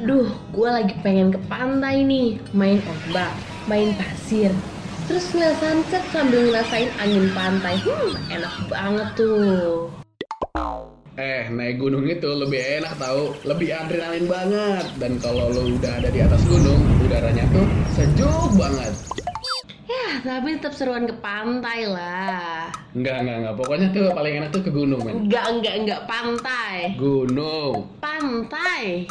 Duh, gue lagi pengen ke pantai nih, main ombak, main pasir. Terus ngeliat sunset sambil ngerasain angin pantai. Enak banget tuh. Naik gunung itu lebih enak tahu, lebih adrenalin banget. Dan kalau lo udah ada di atas gunung, udaranya tuh sejuk banget. Ya, tapi tetap seruan ke pantai lah. Enggak. Pokoknya tuh paling enak tuh ke gunung, men. Enggak, pantai. Gunung. Pantai.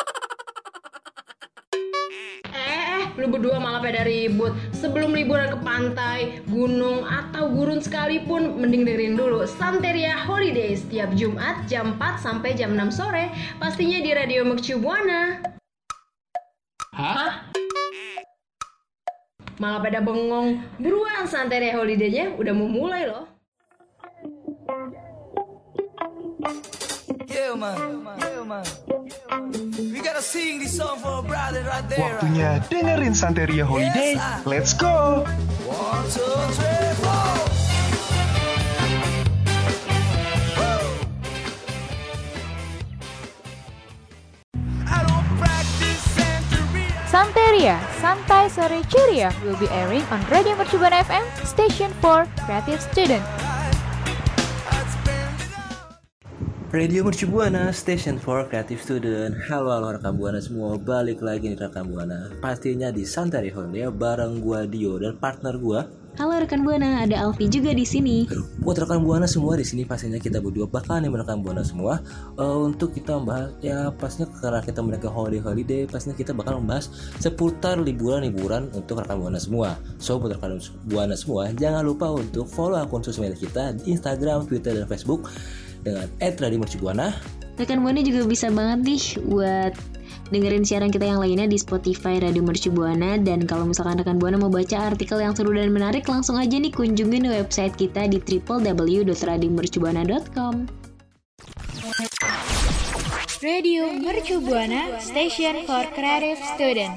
Lu berdua malah pada ribut. Sebelum liburan ke pantai, gunung, atau gurun sekalipun, mending dengerin dulu Santeria Holidays setiap Jumat jam 4 sampai jam 6 sore. Pastinya di Radio Mercu Buana. Hah? Malah pada bengong. Buruan, Santeria Holiday-nya udah mau mulai loh. Yeah, man. We gotta sing this song for a brother right there. Waktunya dengerin Santeria Holiday. Let's go. 1, 2, 3, 4. Santeria, Santai Sore Ceria will be airing on Radio Mercu Buana FM, Station for Creative Student. Radio Mercu Buana, Station for Creative Student. Halo rekan Buana semua, balik lagi nih rekan Buana. Pastinya di Santeria Holiday bareng gua Dio dan partner gua. Halo rekan Buana, ada Alfi juga di sini. Buat rekan Buana semua di sini pastinya kita berdua bakal nih rekan Buana semua untuk kita membahas ya pastinya karena kita mereka holiday pastinya kita bakal membahas seputar liburan untuk rekan Buana semua. So buat rekan Buana semua jangan lupa untuk follow akun sosial media kita di Instagram, Twitter dan Facebook dengan @radiomercubuana. Rekan Buana juga bisa banget nih buat dengerin siaran kita yang lainnya di Spotify Radio Mercu Buana. Dan kalau misalkan rekan Buana mau baca artikel yang seru dan menarik, langsung aja nih kunjungin website kita di www.radiomercubuana.com. Radio Mercu Buana, Station for Creative Student.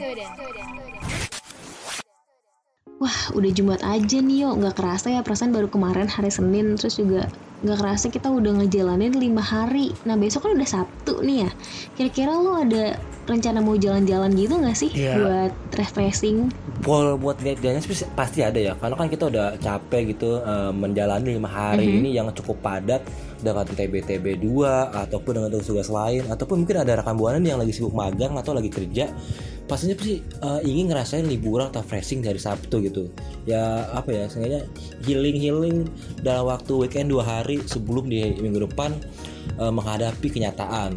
Wah, udah Jumat aja nih yo, gak kerasa ya, perasaan baru kemarin hari Senin. Terus juga gak kerasa kita udah ngejalanin 5 hari. Nah besok kan udah Sabtu nih ya. Kira-kira lo ada rencana mau jalan-jalan gitu gak sih? Buat refreshing? Buat lihat-lihatnya pasti ada ya. Karena kan kita udah capek gitu menjalani 5 hari ini yang cukup padat dengan TB 2 ataupun dengan tugas lain, ataupun mungkin ada rekan Buana yang lagi sibuk magang atau lagi kerja. Pastinya sih ingin ngerasain liburan atau refreshing dari Sabtu gitu. Ya apa ya, sengaja healing dalam waktu weekend 2 hari sebelum di minggu depan menghadapi kenyataan.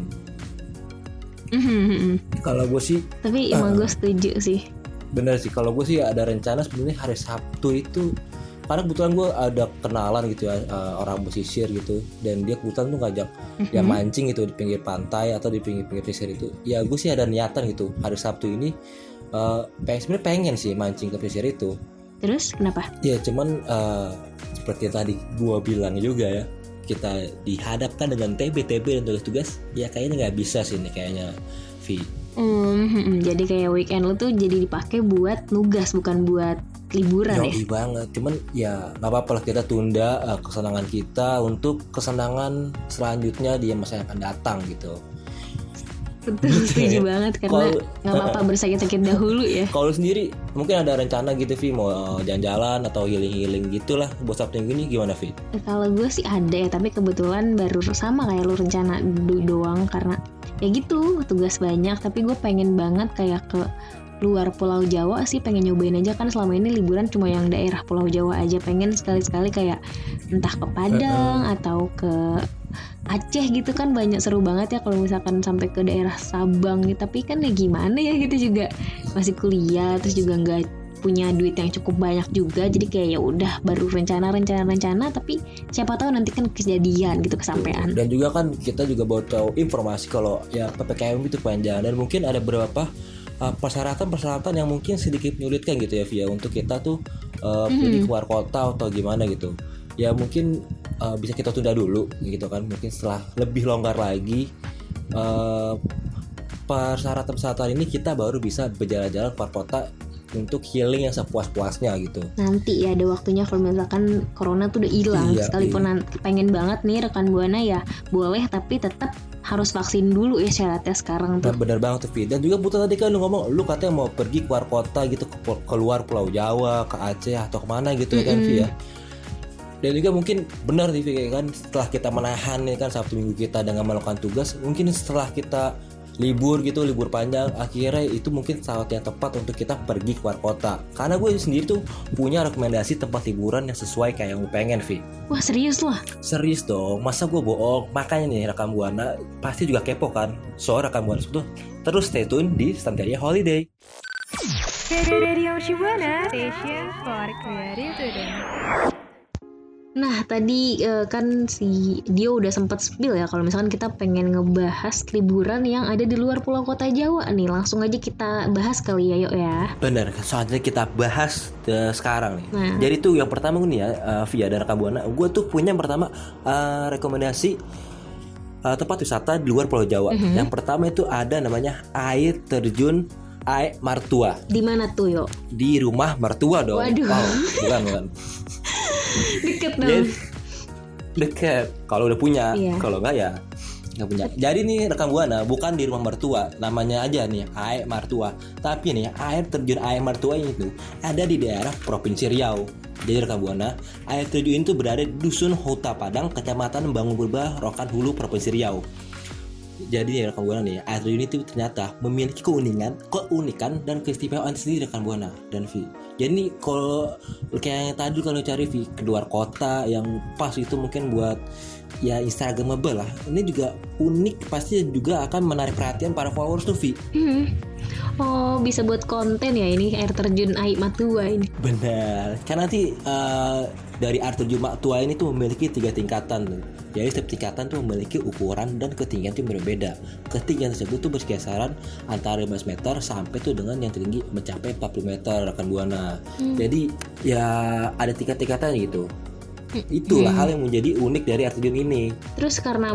Kalau gue sih, tapi emang gue setuju sih. Bener sih, kalau gue sih ada rencana sebenarnya hari Sabtu itu, karena kebetulan gue ada kenalan gitu ya, orang pesisir gitu, dan dia kebetulan tuh ngajak ya mancing gitu di pinggir pantai atau di pinggir pesisir itu. Ya gue sih ada niatan gitu hari Sabtu ini sebenarnya pengen sih mancing ke pesisir itu. Terus kenapa? Ya cuman seperti yang tadi gue bilang juga ya, kita dihadapkan dengan TB dan tugas-tugas, ya kayaknya nggak bisa sih nih kayaknya, Vi. Jadi kayak weekend lu tuh jadi dipakai buat nugas, bukan buat liburan. Yoi banget. Cuman ya nggak apa-apa lah, kita tunda kesenangan kita untuk kesenangan selanjutnya di masa yang akan datang gitu. Betul, setuju banget, karena nggak apa-apa bersakit-sakit dahulu ya. Kalau sendiri mungkin ada rencana gitu, Vi, mau jalan-jalan atau healing gitulah buat Sabtu yang gini, gimana, Vi? Kalau gue sih ada ya, tapi kebetulan baru sama kayak lu, rencana doang, karena ya gitu tugas banyak. Tapi gue pengen banget kayak ke luar Pulau Jawa sih, pengen nyobain aja, kan selama ini liburan cuma yang daerah Pulau Jawa aja. Pengen sekali-sekali kayak entah ke Padang atau ke Aceh gitu, kan banyak seru banget ya kalau misalkan sampai ke daerah Sabang gitu. Tapi kan ya gimana ya, gitu juga masih kuliah, terus juga nggak punya duit yang cukup banyak juga. Jadi kayak ya udah baru rencana, tapi siapa tahu nanti kan kejadian gitu, kesampean. Dan juga kan kita juga baru tahu informasi kalau ya PPKM itu panjang, dan mungkin ada beberapa persyaratan yang mungkin sedikit menyulitkan gitu ya, Via, untuk kita tuh pergi keluar kota atau gimana gitu. Ya mungkin bisa kita tunda dulu gitu kan, mungkin setelah lebih longgar lagi persyaratan ini kita baru bisa berjalan-jalan keluar kota untuk healing yang sepuas-puasnya gitu. Nanti ya ada waktunya kalau misalkan corona tuh udah hilang. Sekalipun pengen banget nih rekan Buana ya boleh, tapi tetap harus vaksin dulu ya syaratnya sekarang tuh. Nah, bener banget tuh Vi. Dan juga butuh tadi kan lu ngomong lu katanya mau pergi keluar kota gitu, keluar Pulau Jawa, ke Aceh atau kemana gitu kan Vi ya. Dan juga mungkin benar nih Vi kan, setelah kita menahan nih kan Sabtu Minggu kita dengan melakukan tugas, mungkin setelah kita libur gitu, libur panjang, akhirnya itu mungkin saat yang tepat untuk kita pergi keluar kota. Karena gue sendiri tuh punya rekomendasi tempat liburan yang sesuai kayak yang gue pengen Vi. Wah serius loh? Serius dong, masa gue bohong? Makanya nih rekam Buana pasti juga kepo kan. So rekam Buana itu terus stay tune di Santeria Holiday. Radio Shibuana, station for creative student. Nah tadi kan si Dio udah sempat spill ya kalau misalkan kita pengen ngebahas liburan yang ada di luar pulau kota Jawa nih. Langsung aja kita bahas kali ya, yuk ya. Bener, soalnya kita bahas sekarang nih. Nah. Jadi tuh yang pertama nih ya, via dan rekam Buana, gue tuh punya yang pertama rekomendasi tempat wisata di luar pulau Jawa. Yang pertama itu ada namanya air terjun Air Martua. Di mana tuh, yuk? Di rumah mertua dong. Waduh. Wow, bukan. Deket dong. Deket. Kalau udah punya, Iya. kalau enggak ya nggak punya. Jadi nih rekam Buana bukan di rumah mertua, namanya aja nih Air Martua. Tapi nih air terjun Air Martua itu ada di daerah Provinsi Riau. Jadi rekam Buana, air terjun itu berada di Dusun Huta Padang, Kecamatan Bangun Purba, Rokan Hulu, Provinsi Riau. Jadi nih rekan Buana nih, air terjun itu ternyata memiliki keunikan dan keistimewaan sendiri rekan Buana dan Vi. Jadi nih kalau kayak yang tadi kalau cari Vi keluar kota yang pas itu mungkin buat ya Instagramable lah. Ini juga unik, pasti juga akan menarik perhatian para followers tuh Vi. Oh bisa buat konten ya ini air terjun Air Martua ini. Benar. Karena nanti dari air terjun Martua ini tuh memiliki 3 tingkatan tuh. Jadi setiap tingkatan tuh memiliki ukuran dan ketinggian yang berbeda. Ketinggian tersebut tuh berkisaran antara 15 meter sampai tuh dengan yang tinggi mencapai 40 meter rekan Buana. Jadi ya ada tingkatan gitu. Itulah hal yang menjadi unik dari air terjun ini. Terus karena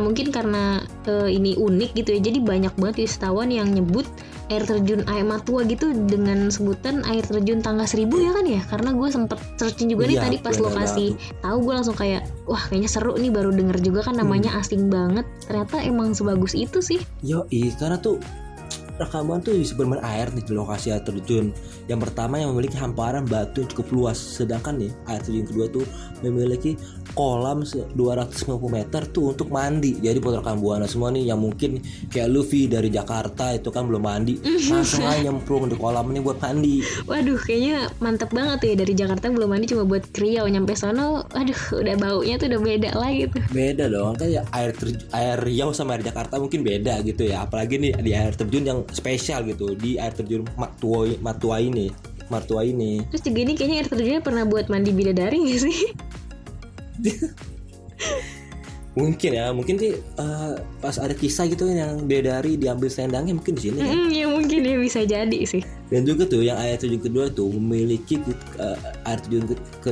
ini unik gitu ya, jadi banyak banget wisatawan yang nyebut air terjun Air Martua gitu dengan sebutan air terjun Tangga 1000 ya kan ya. Karena gue sempet searching juga nih Iya, tadi pas bener lokasi tahu, gue langsung kayak wah kayaknya seru nih, baru denger juga kan namanya asing banget. Ternyata emang sebagus itu sih. Yoi, karena tuh rekaman tuh bisa bermain air nih di lokasi air terjun. Yang pertama yang memiliki hamparan batu yang cukup luas, sedangkan nih air terjun kedua tuh memiliki kolam 250 meter tuh untuk mandi. Jadi buat rekan Buana semua nih yang mungkin kayak Luffy dari Jakarta itu kan belum mandi, langsung aja nyemplung di kolam ini buat mandi. Waduh kayaknya mantep banget tuh ya, dari Jakarta belum mandi cuma buat ke Riau, nyampe sono aduh udah baunya tuh udah beda lagi tuh. Beda dong, kan ya air Riau sama air Jakarta mungkin beda gitu ya. Apalagi nih di air terjun yang spesial gitu, di air terjun Martua ini. Terus juga ini kayaknya air terjunnya pernah buat mandi bidadari gak sih? mungkin sih pas ada kisah gitu yang bidadari diambil selendangnya mungkin di sini kan. Ya mungkin ya bisa jadi sih. Dan juga tuh yang air terjun kedua tuh memiliki air terjun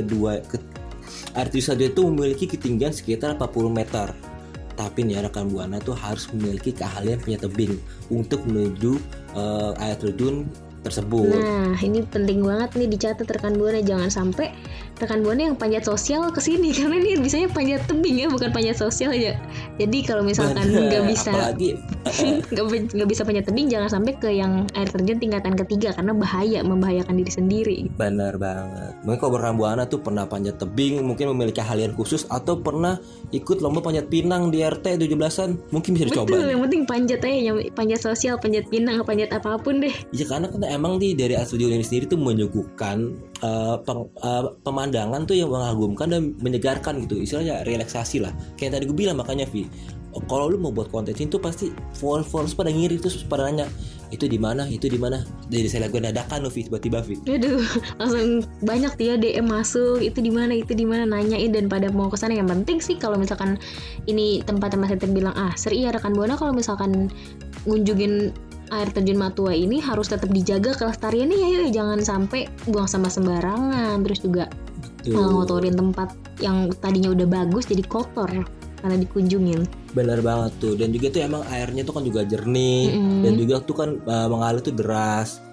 satu itu memiliki ketinggian sekitar 40 meter. Tapi nih rekan Buana tuh harus memiliki keahlian punya tebing untuk menuju air terjun tersebut. Nah ini penting banget nih dicatat rekan Buana, jangan sampai rekan Buana yang panjat sosial kesini karena ini bisanya panjat tebing ya, bukan panjat sosial aja. Jadi kalau misalkan nggak bisa nggak bisa panjat tebing, jangan sampai ke yang air terjun tingkatan ketiga karena membahayakan diri sendiri. Benar banget. Mungkin kalau rekan Buana tuh pernah panjat tebing, mungkin memiliki keahlian khusus atau pernah ikut lomba panjat pinang di RT 17-an, mungkin bisa dicoba. Betul, yang penting panjat aja, panjat sosial, panjat pinang, panjat apapun deh. Iya karena kan emang dari studio ini sendiri tuh menyuguhkan pemandangan tuh yang mengagumkan dan menyegarkan gitu, istilahnya relaksasi lah. Kayak tadi gue bilang makanya Vi, kalau lu mau buat konten itu pasti followers pada ngiri terus pada nanya itu di mana. Jadi saya lagu dadakan Vi tiba-tiba Vi. Aduh, langsung banyak dia DM masuk itu di mana nanyain dan pada mau kesana. Yang penting sih kalau misalkan ini tempat-tempat saya bilang seri ya rekan Buana, kalau misalkan ngunjungin air terjun Martua ini harus tetap dijaga kelestariannya ya, jangan sampai buang sampah sembarangan, terus juga ngotorin tempat yang tadinya udah bagus jadi kotor karena dikunjungin. Benar banget tuh. Dan juga tuh emang airnya tuh kan juga jernih dan juga tuh kan mengalir tuh deras.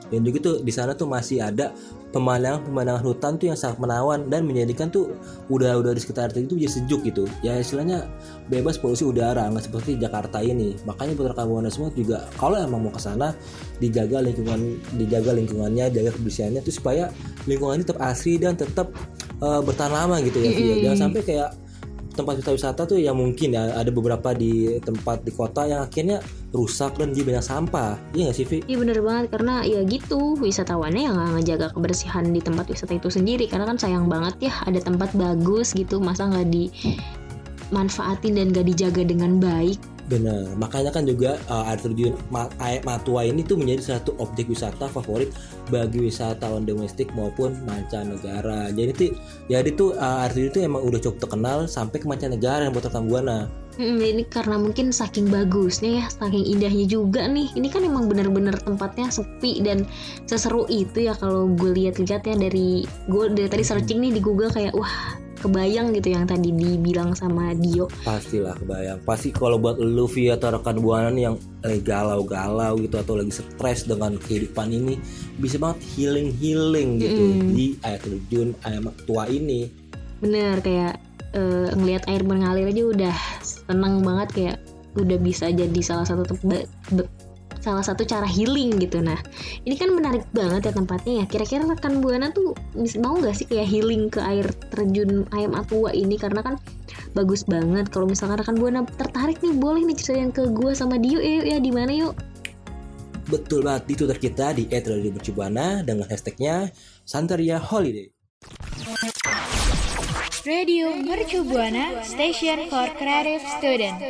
Dan juga tuh di sana tuh masih ada pemandangan hutan tuh yang sangat menawan dan menjadikan tuh udara di sekitar itu jadi sejuk gitu. Ya istilahnya bebas polusi udara, nggak seperti Jakarta ini. Makanya Putra Buana semua juga kalau emang mau ke sana dijaga lingkungannya, jaga kebersihannya tuh supaya lingkungannya tetap asri dan tetap bertahan lama gitu ya. Jangan sampai kayak tempat wisata tuh yang mungkin ya ada beberapa di tempat di kota yang akhirnya rusak dan jadi banyak sampah. Iya nggak sih, Vi? Iya bener banget, karena ya gitu wisatawannya yang nggak ngejaga kebersihan di tempat wisata itu sendiri. Karena kan sayang banget ya ada tempat bagus gitu, masa nggak dimanfaatin dan nggak dijaga dengan baik. Bener, makanya kan juga air terjun air Matua ini tuh menjadi satu objek wisata favorit bagi wisatawan domestik maupun mancanegara. Jadi tuh air terjun itu emang udah cukup terkenal sampai ke mancanegara yang Putra Buana. Ini karena mungkin saking bagusnya ya, saking indahnya juga nih. Ini kan emang bener-bener tempatnya sepi dan seseru itu ya kalau gue lihat-lihat ya dari tadi searching nih di Google kayak wah kebayang gitu yang tadi dibilang sama Dio. Pastilah kebayang. Pasti kalau buat lu via atau rekan Buana nih yang lagi galau-galau gitu atau lagi stres dengan kehidupan ini, bisa banget healing gitu di air terjun air tua ini. Bener, kayak ngelihat air mengalir aja udah seneng banget, kayak udah bisa jadi salah satu cara healing gitu. Nah ini kan menarik banget ya tempatnya ya. Kira-kira rekan Buana tuh mau gak sih kayak healing ke air terjun Ayam Atua ini, karena kan bagus banget. Kalau misalkan rekan Buana tertarik nih, boleh nih ceritain ke gue sama Dio ya di mana yuk. Betul banget, di Twitter kita di @radiomercubuana dengan hashtagnya Santeria Holiday. Radio Mercu Buana, Station for Creative Student.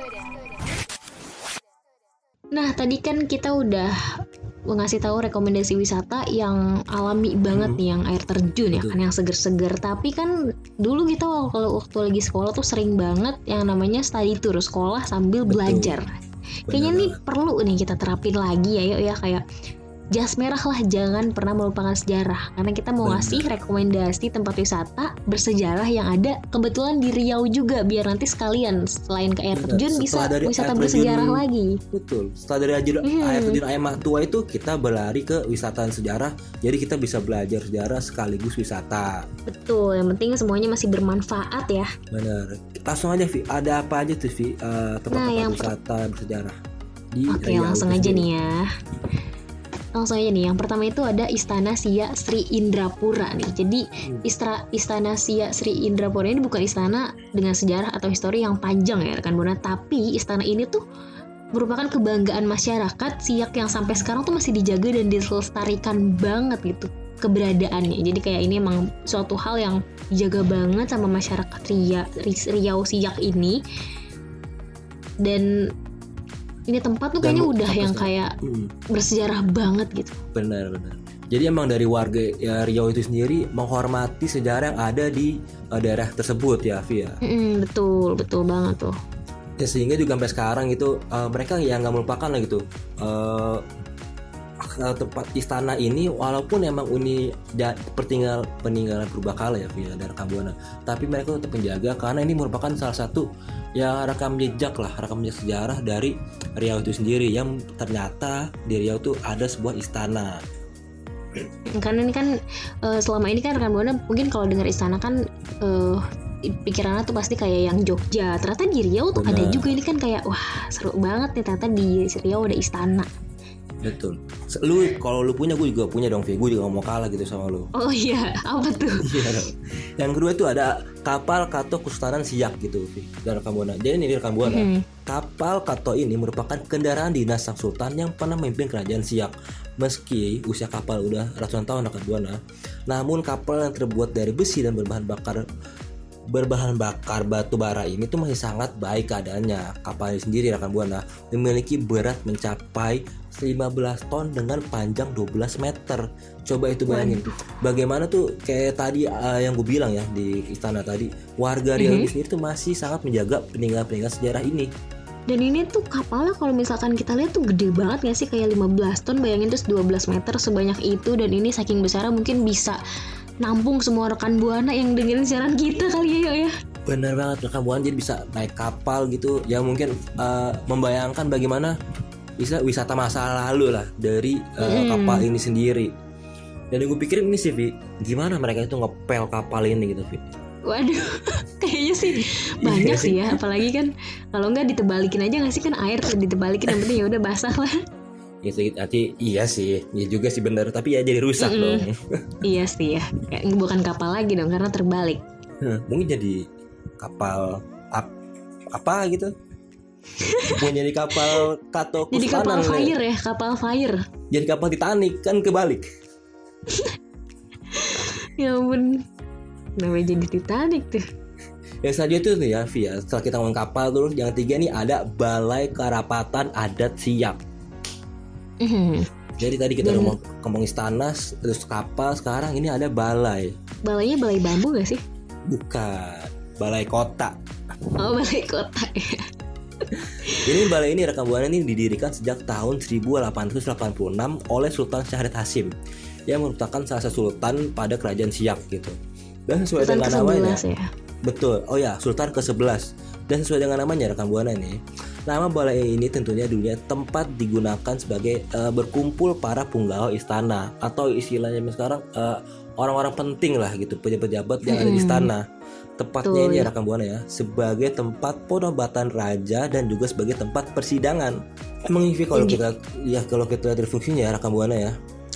Nah tadi kan kita udah ngasih tahu rekomendasi wisata yang alami banget nih, yang air terjun ya kan, yang seger-seger. Tapi kan dulu kita waktu lagi sekolah tuh sering banget yang namanya study tour, sekolah sambil belajar. Kayaknya nih perlu nih kita terapin lagi ya yuk ya, kayak jas merah lah, jangan pernah melupakan sejarah. Karena kita mau ngasih rekomendasi tempat wisata bersejarah yang ada kebetulan di Riau juga, biar nanti sekalian selain ke air terjun bisa wisata bersejarah lagi. Betul. Setelah dari air terjun Ayam Matua itu kita berlari ke wisata sejarah. Jadi kita bisa belajar sejarah sekaligus wisata. Betul. Yang penting semuanya masih bermanfaat ya. Benar. Langsung aja Vi, ada apa aja tuh Vi tempat-tempat wisata bersejarah di Riau? Oke, langsung aja nih ya. Langsung aja nih, yang pertama itu ada Istana Siak Sri Indrapura nih. Jadi Istana Siak Sri Indrapura ini bukan istana dengan sejarah atau histori yang panjang ya rekan Buana, tapi istana ini tuh merupakan kebanggaan masyarakat Siak yang sampai sekarang tuh masih dijaga dan dilestarikan banget gitu keberadaannya. Jadi kayak ini emang suatu hal yang dijaga banget sama masyarakat Riau Siak ini. Dan ini tempat tuh kayaknya udah yang kayak bersejarah banget gitu. Benar. Jadi emang dari warga ya, Riau itu sendiri menghormati sejarah yang ada di daerah tersebut ya, Via. Betul banget tuh. Ya, sehingga juga sampai sekarang itu mereka yang nggak melupakan lah gitu. Tempat istana ini walaupun emang peninggalan purbakala ya via dari rekam Buana, tapi mereka tetap menjaga karena ini merupakan salah satu yang rekam jejak sejarah dari Riau itu sendiri, yang ternyata di Riau tuh ada sebuah istana. Karena ini kan selama ini kan rekan Buana mungkin kalau dengar istana kan pikirannya tuh pasti kayak yang Jogja. Ternyata di Riau tuh ada juga. Ini kan kayak wah seru banget nih, ternyata di Riau ada istana. Betul. Kalau lu punya, gue juga punya dong, Vi. Gue juga gak mau kalah gitu sama lu. Oh iya, apa tuh? Yang kedua itu ada kapal Kato Kesultanan Siak gitu, Vi, dari rekam Buana. Jadi ini rekam Buana. Kapal Kato ini merupakan kendaraan dinas sang sultan yang pernah memimpin kerajaan Siak. Meski usia kapal udah ratusan tahun rekam Buana, namun kapal yang terbuat dari besi dan berbahan bakar batu bara ini tuh masih sangat baik keadaannya. Kapal ini sendiri rekan Buana memiliki berat mencapai 15 ton dengan panjang 12 meter. Coba itu bayangin bagaimana tuh kayak tadi yang gue bilang ya di istana tadi, warga Riau sendiri tuh masih sangat menjaga peninggalan sejarah ini. Dan ini tuh kapalnya kalau misalkan kita lihat tuh gede banget gak sih, kayak 15 ton, bayangin terus 12 meter sebanyak itu. Dan ini saking besarnya mungkin bisa nampung semua rekan Buana yang dengerin siaran kita kali ya. Bener banget, rekan Buana jadi bisa naik kapal gitu. Ya mungkin membayangkan bagaimana wisata masa lalu lah dari kapal ini sendiri. Dan yang gue pikirin ini sih, Vi, gimana mereka itu ngepel kapal ini gitu, Vi. Waduh, kayaknya sih banyak sih ya. Apalagi kan kalau nggak ditebalikin aja nggak sih, kan air tuh ditebalikin, yang penting ya udah basah lah. Itu nanti iya sih, ya juga sih benar. Tapi ya jadi rusak dong. Iya sih ya, kayak bukan kapal lagi dong karena terbalik. Mungkin jadi kapal apa gitu. Mungkin jadi kapal Kato Kustanan. Jadi kapal fire ya, kapal fire. Jadi kapal Titanic kan kebalik. Ya ampun, namanya jadi Titanic tuh. Yang selanjutnya tuh ya, Via, setelah kita ngomong kapal terus yang ketiga nih ada Balai Karapatan Adat Siak. Jadi tadi kita ngomong istana, terus kapal, sekarang ini ada balai. Balainya balai bambu gak sih? Bukan, balai kota. Oh, balai kota ya. Ini balai ini rekan Buana ini didirikan sejak tahun 1886 oleh Sultan Syahrir Hasim yang merupakan salah satu sultan pada kerajaan Siak gitu. Dan sesuai Sultan dengan namanya. Ya? Betul. Oh ya, Sultan ke-11. Dan sesuai dengan namanya rekan Buana ini, nama balai ini tentunya dulunya tempat digunakan sebagai berkumpul para punggawa istana, atau istilahnya sekarang orang-orang penting lah gitu, pejabat-pejabat yang ada di istana. Tepatnya ini rekan Buana ya, sebagai tempat penobatan raja dan juga sebagai tempat persidangan. Emang ini kalau kita lihat dari fungsinya ya rekan Buana ya,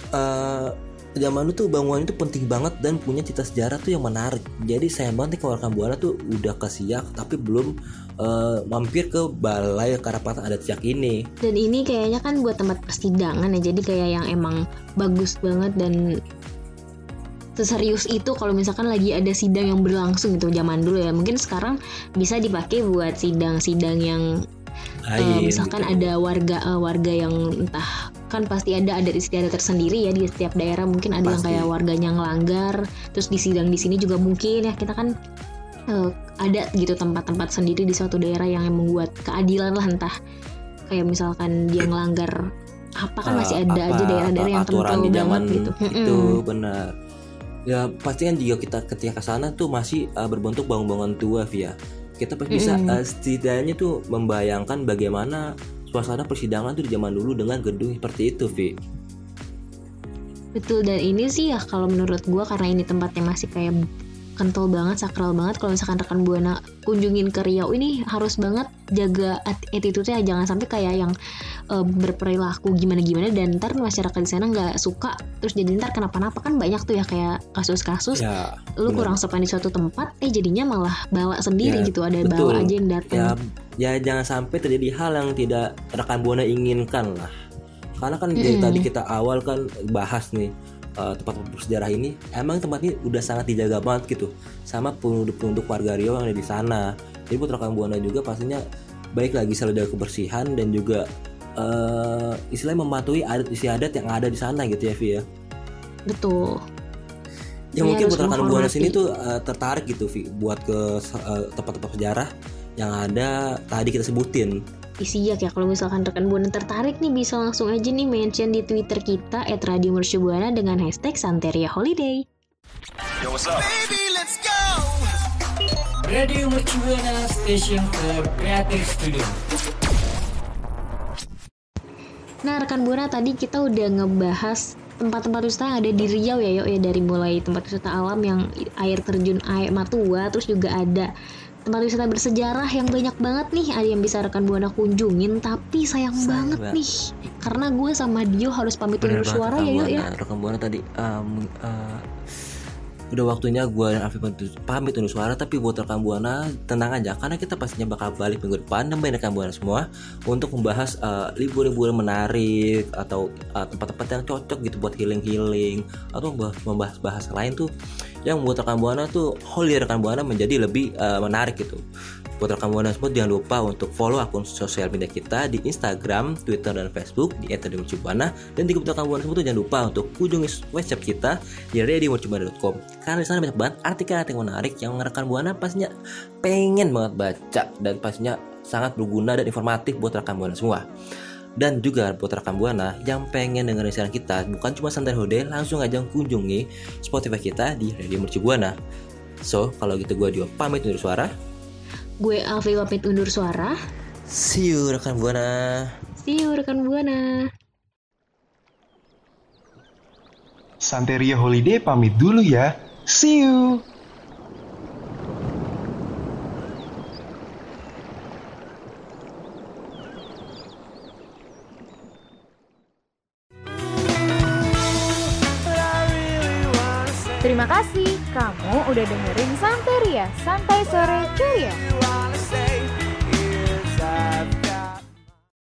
zaman dulu tuh bangunan itu penting banget dan punya cerita sejarah tuh yang menarik. Jadi sayang banget nih kalau rekan Buana tuh udah ke Siak tapi belum mampir ke Balai Karapatan Adat Siak ini. Dan ini kayaknya kan buat tempat persidangan ya, jadi kayak yang emang bagus banget dan seserius itu kalau misalkan lagi ada sidang yang berlangsung gitu zaman dulu ya. Mungkin sekarang bisa dipakai buat sidang-sidang yang misalkan gitu. Ada warga yang entah, kan pasti ada adat istiadat tersendiri ya di setiap daerah. Mungkin ada pasti. Yang kayak warganya ngelanggar, terus di sidang di sini juga mungkin ya, kita kan ada gitu tempat-tempat sendiri di suatu daerah yang membuat keadilan lah, entah kayak misalkan dia ngelanggar apa, kan masih ada aja daerah-daerah yang kental banget gitu. Itu benar. Ya pasti kan juga kita ketika kesana tuh masih berbentuk bangunan-bangunan tua, Via. Kita bisa setidaknya tuh membayangkan bagaimana suasana persidangan tuh di zaman dulu dengan gedung seperti itu, Vi. Betul, dan ini sih ya kalau menurut gue karena ini tempatnya masih kayak kental banget, sakral banget. Kalau misalkan rekan Buana kunjungin ke Riau ini harus banget jaga attitude-nya, jangan sampai kayak yang berperilaku gimana-gimana dan ntar masyarakat di sana nggak suka, terus jadi ntar kenapa-napa. Kan banyak tuh ya kayak kasus-kasus ya, lu kurang sopan di suatu tempat, jadinya malah bawa sendiri gitu, ada betul. Bawa aja yang datang. Ya jangan sampai terjadi hal yang tidak rekan Buana inginkan lah. Karena kan dari tadi kita awal kan bahas nih, tempat-tempat bersejarah ini emang tempat ini udah sangat dijaga banget gitu sama penduduk warga Riau yang ada di sana. Jadi buat rekan Buana juga pastinya baik lagi selalu jaga kebersihan dan juga istilahnya mematuhi adat istiadat yang ada di sana gitu ya, Vi ya. Betul. Ya mungkin buat rekan Buana sini tuh tertarik gitu, Vi, buat ke tempat-tempat sejarah yang ada tadi kita sebutin. Siak ya, kalau misalkan rekan Buana tertarik nih bisa langsung aja nih mention di Twitter kita @radiomercubuana dengan hashtag Santeria Holiday. Yo, what's up? Baby, let's go. Radio Mercubuana, station for creative studio. Nah rekan Buana, tadi kita udah ngebahas tempat-tempat wisata yang ada di Riau ya, ya, dari mulai tempat wisata alam yang air terjun air Matua, terus juga ada tempat wisata bersejarah yang banyak banget nih, ada yang bisa rekan Buana kunjungin. Tapi sayang banget nih karena gue sama Dio harus pamit undur suara ya, yuk ya. Rekan Buana tadi udah waktunya gue dan Afif pamit undur suara. Tapi buat rekan Buana tenang aja, karena kita pastinya bakal balik minggu depan nemenin rekan Buana semua untuk membahas liburan-liburan menarik atau tempat-tempat yang cocok gitu buat healing atau membahas lain tuh yang membuat rekan Buana tuh holiday rekan Buana menjadi lebih menarik gitu. Buat rekan Buana semua jangan lupa untuk follow akun sosial media kita di Instagram, Twitter, dan Facebook di @radiomercubuana. Dan di rekan Buana semua tuh jangan lupa untuk kunjungi website kita di radiomercubuana.com, karena di sana banyak banget artikel-artikel menarik yang rekan Buana pastinya pengen banget baca dan pastinya sangat berguna dan informatif buat rekan Buana semua. Dan juga buat rekan Buana yang pengen dengerin siaran kita bukan cuma santai hode, langsung aja kunjungi Spotify kita di Radio Mercubuana. So kalau gitu gue Dio pamit undur suara. Gue Alfi pamit undur suara. See you rekan Buana. See you rekan Buana. Santeria Holiday pamit dulu ya. See you. Terima kasih kamu udah dengerin Santeria, Santai Sore Ceria.